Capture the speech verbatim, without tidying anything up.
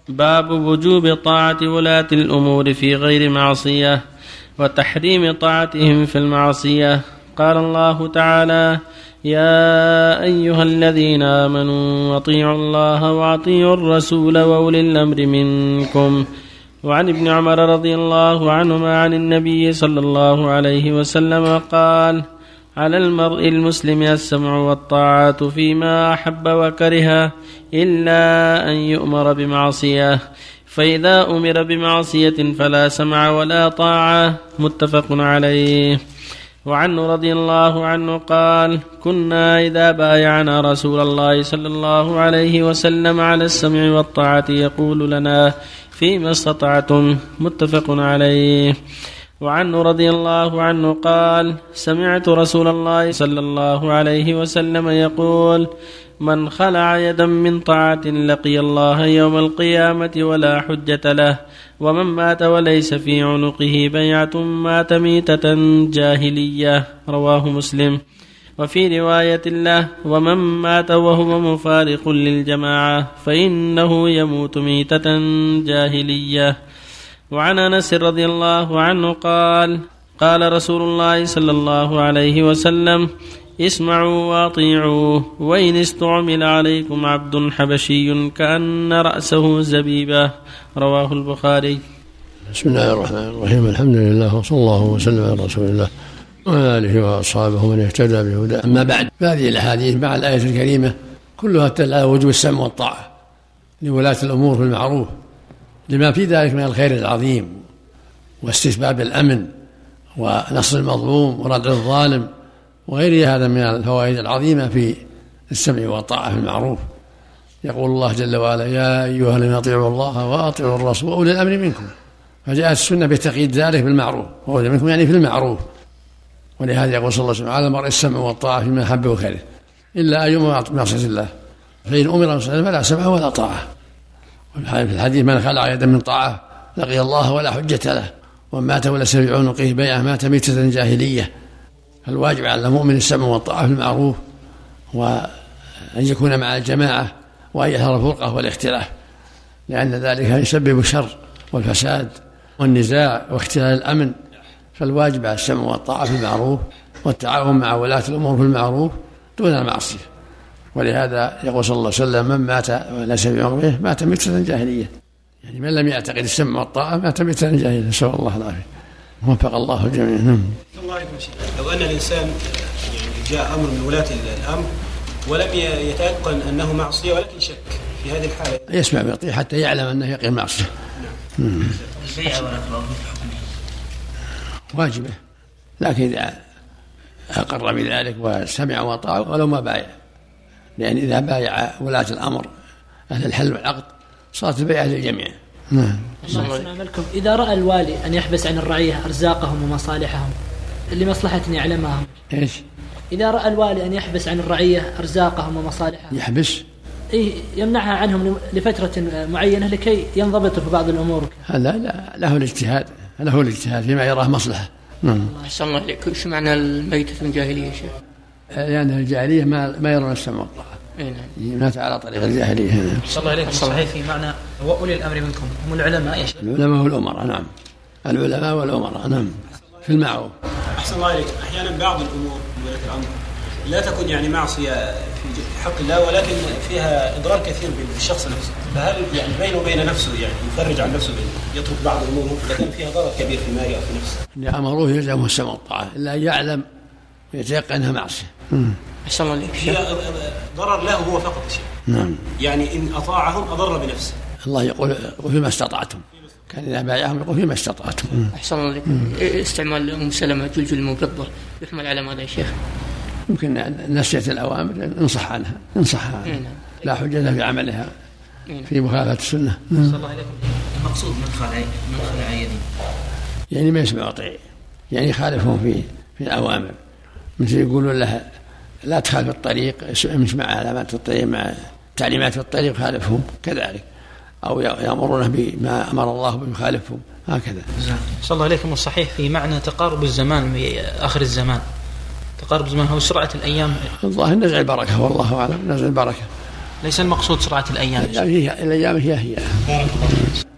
باب وجوب طاعة ولاة الأمور في غير معصية وتحريم طاعتهم في المعصية. قال الله تعالى: يا أيها الذين آمنوا أطيعوا الله وأطيعوا الرسول وأولي الأمر منكم. وعن ابن عمر رضي الله عنهما عن النبي صلى الله عليه وسلم قال: على المرء المسلم السمع والطاعة فيما أحب وكره إلا أن يؤمر بمعصية، فإذا أمر بمعصية فلا سمع ولا طاعة. متفق عليه. وعنه رضي الله عنه قال: كنا إذا بايعنا رسول الله صلى الله عليه وسلم على السمع والطاعة يقول لنا: فيما استطعتم. متفق عليه. وعنه رضي الله عنه قال: سمعت رسول الله صلى الله عليه وسلم يقول: من خلع يدا من طاعة لقي الله يوم القيامة ولا حجة له، ومن مات وليس في عنقه بيعة مات ميتة جاهلية. رواه مسلم. وفي رواية له: ومن مات وهو مفارق للجماعة فإنه يموت ميتة جاهلية. وعن أنس رضي الله عنه قال: قال رسول الله صلى الله عليه وسلم: اسمعوا واطيعوا، وإن استعمل عليكم عبد حبشي كأن رأسه زبيبة. رواه البخاري. بسم الله الرحمن الرحيم. الحمد لله وصلى الله وسلم على رسول الله وعلى آله وأصحابه من اهتدى بهداه. أما بعد، فهذه الأحاديث مع الآية الكريمة كلها تدل على وجوب السمع والطاعة لولاة الأمور في المعروف، لما في ذلك من الخير العظيم واستتباب الأمن ونصر المظلوم وردع الظالم وغير هذا من الفوائد العظيمة في السمع والطاعة في المعروف. يقول الله جل وعلا: يا أيها الذين أطيعوا الله وأطيعوا الرسول وأولي الأمر منكم. فجاءت السنة بتقييد ذلك بالمعروف، وأولي منكم يعني في المعروف. ولهذا يقول صلى الله عليه وسلم: على المرء السمع والطاعة فيما أحب وكره إلا أن يؤمر بمعصية الله، فإن أمر بمعصية فلا سمع ولا طاعة. في الحديث: من خلع يدا من طاعة لقي الله ولا حجة له، ومن مات وليس في عنقه بيعة مات ميتة جاهلية. فالواجب على المؤمن السمع والطاعة في المعروف، وأن يكون مع الجماعة، وأن يحذر الفرقة والاختلاف، لأن ذلك يسبب الشر والفساد والنزاع واختلال الأمن. فالواجب على السمع والطاعة في المعروف والتعاون مع ولاة الأمور في المعروف دون المعصية. ولهذا يقول صلى الله عليه وسلم: من مات وليس في عنقه مات ميتة جاهلية، يعني من لم يعتقد السمع والطاعة مات ميتة جاهلية. نسأل الله العافية. وفق الله الجميع. الله عليكم شيء. لو أن الإنسان يعني جاء أمر من ولاة الأمر ولم يتيقن أنه معصية ولكن شك، في هذه الحالة يسمع ويطيع حتى يعلم أنه يقين معصية. نعم. البيعة والإقرار واجبة، لكن إذا أقر بذلك وسمع وطاع ولو ما بايع، لأن إذا بايع ولاة الأمر أهل الحل والعقد صارت البيعة للجميع. نعم. إذا رأى الوالي أن يحبس عن الرعية أرزاقهم ومصالحهم لمصلحة يعلمها، إيش؟ إذا رأى الوالي أن يحبس عن الرعية أرزاقهم ومصالحهم، يحبس إيه يمنعها عنهم لفترة معينة لكي ينضبطوا في بعض الأمور. هذا لا له الاجتهاد، له الاجتهاد فيما يراه مصلحة. نعم. أحسن الله إليك. شو معنى الميتة في الجاهلية شيخ؟ يعني الجاهلية ما ما يرون السمع والطاعة. نعم. مات على طريق الجاهلية. صلى الله عليه وسلم. صحيح في معنى وأولي الأمر منكم هم العلماء يا شيخ. العلماء والأمراء. نعم. العلماء والأمراء. نعم. في المعروف. أحسن الله عليك. أحيانا بعض الأمور من ولاة الأمر لا تكون يعني معصية في حق الله، ولكن فيها إضرار كثير بالشخص نفسه، فهل يعني بينه وبين نفسه يعني يفرج عن نفسه بين يترك بعض الأمور لكن فيها ضرر كبير في ماله أو في نفسه؟ اللي أمروه يلزمه السمع والطاعة إلا أن يعلم ويتيقن أنها معصية. أحسن الله عليك. هي ضرر له هو فقط شيء. نعم. يعني إن أطاعهم أضر بنفسه. الله يقول فيما استطعتم، كان إذا بايعهم يقول فيما استطعتم. أحسن الله عليك. استعمال أم سلمة جلجل المفضل يحمل على ماذا يا شيخ؟ يمكن نسيت الأوامر ننصح عنها، ننصحها لا حجة في عملها في مخالفة السنة. صلى الله عليه وسلم. المقصود من خلع من خلع يدي يعني ما يسمع ويطيع، يعني يخالفهم في في الأوامر، مثل يقولون لها لا تخالف الطريق، امش مع علامات الطريق مع تعليمات في الطريق خالفهم كذلك، أو يأمرونه بما أمر الله بيخالفهم هكذا. صلى الله عليكم. الصحيح في معنى تقارب الزمان في آخر الزمان، تقارب الزمان هو سرعة الأيام. الله نزع البركة والله أعلم، نزع البركة ليس المقصود سرعة الأيام. الأيام هي الأيام هي هي.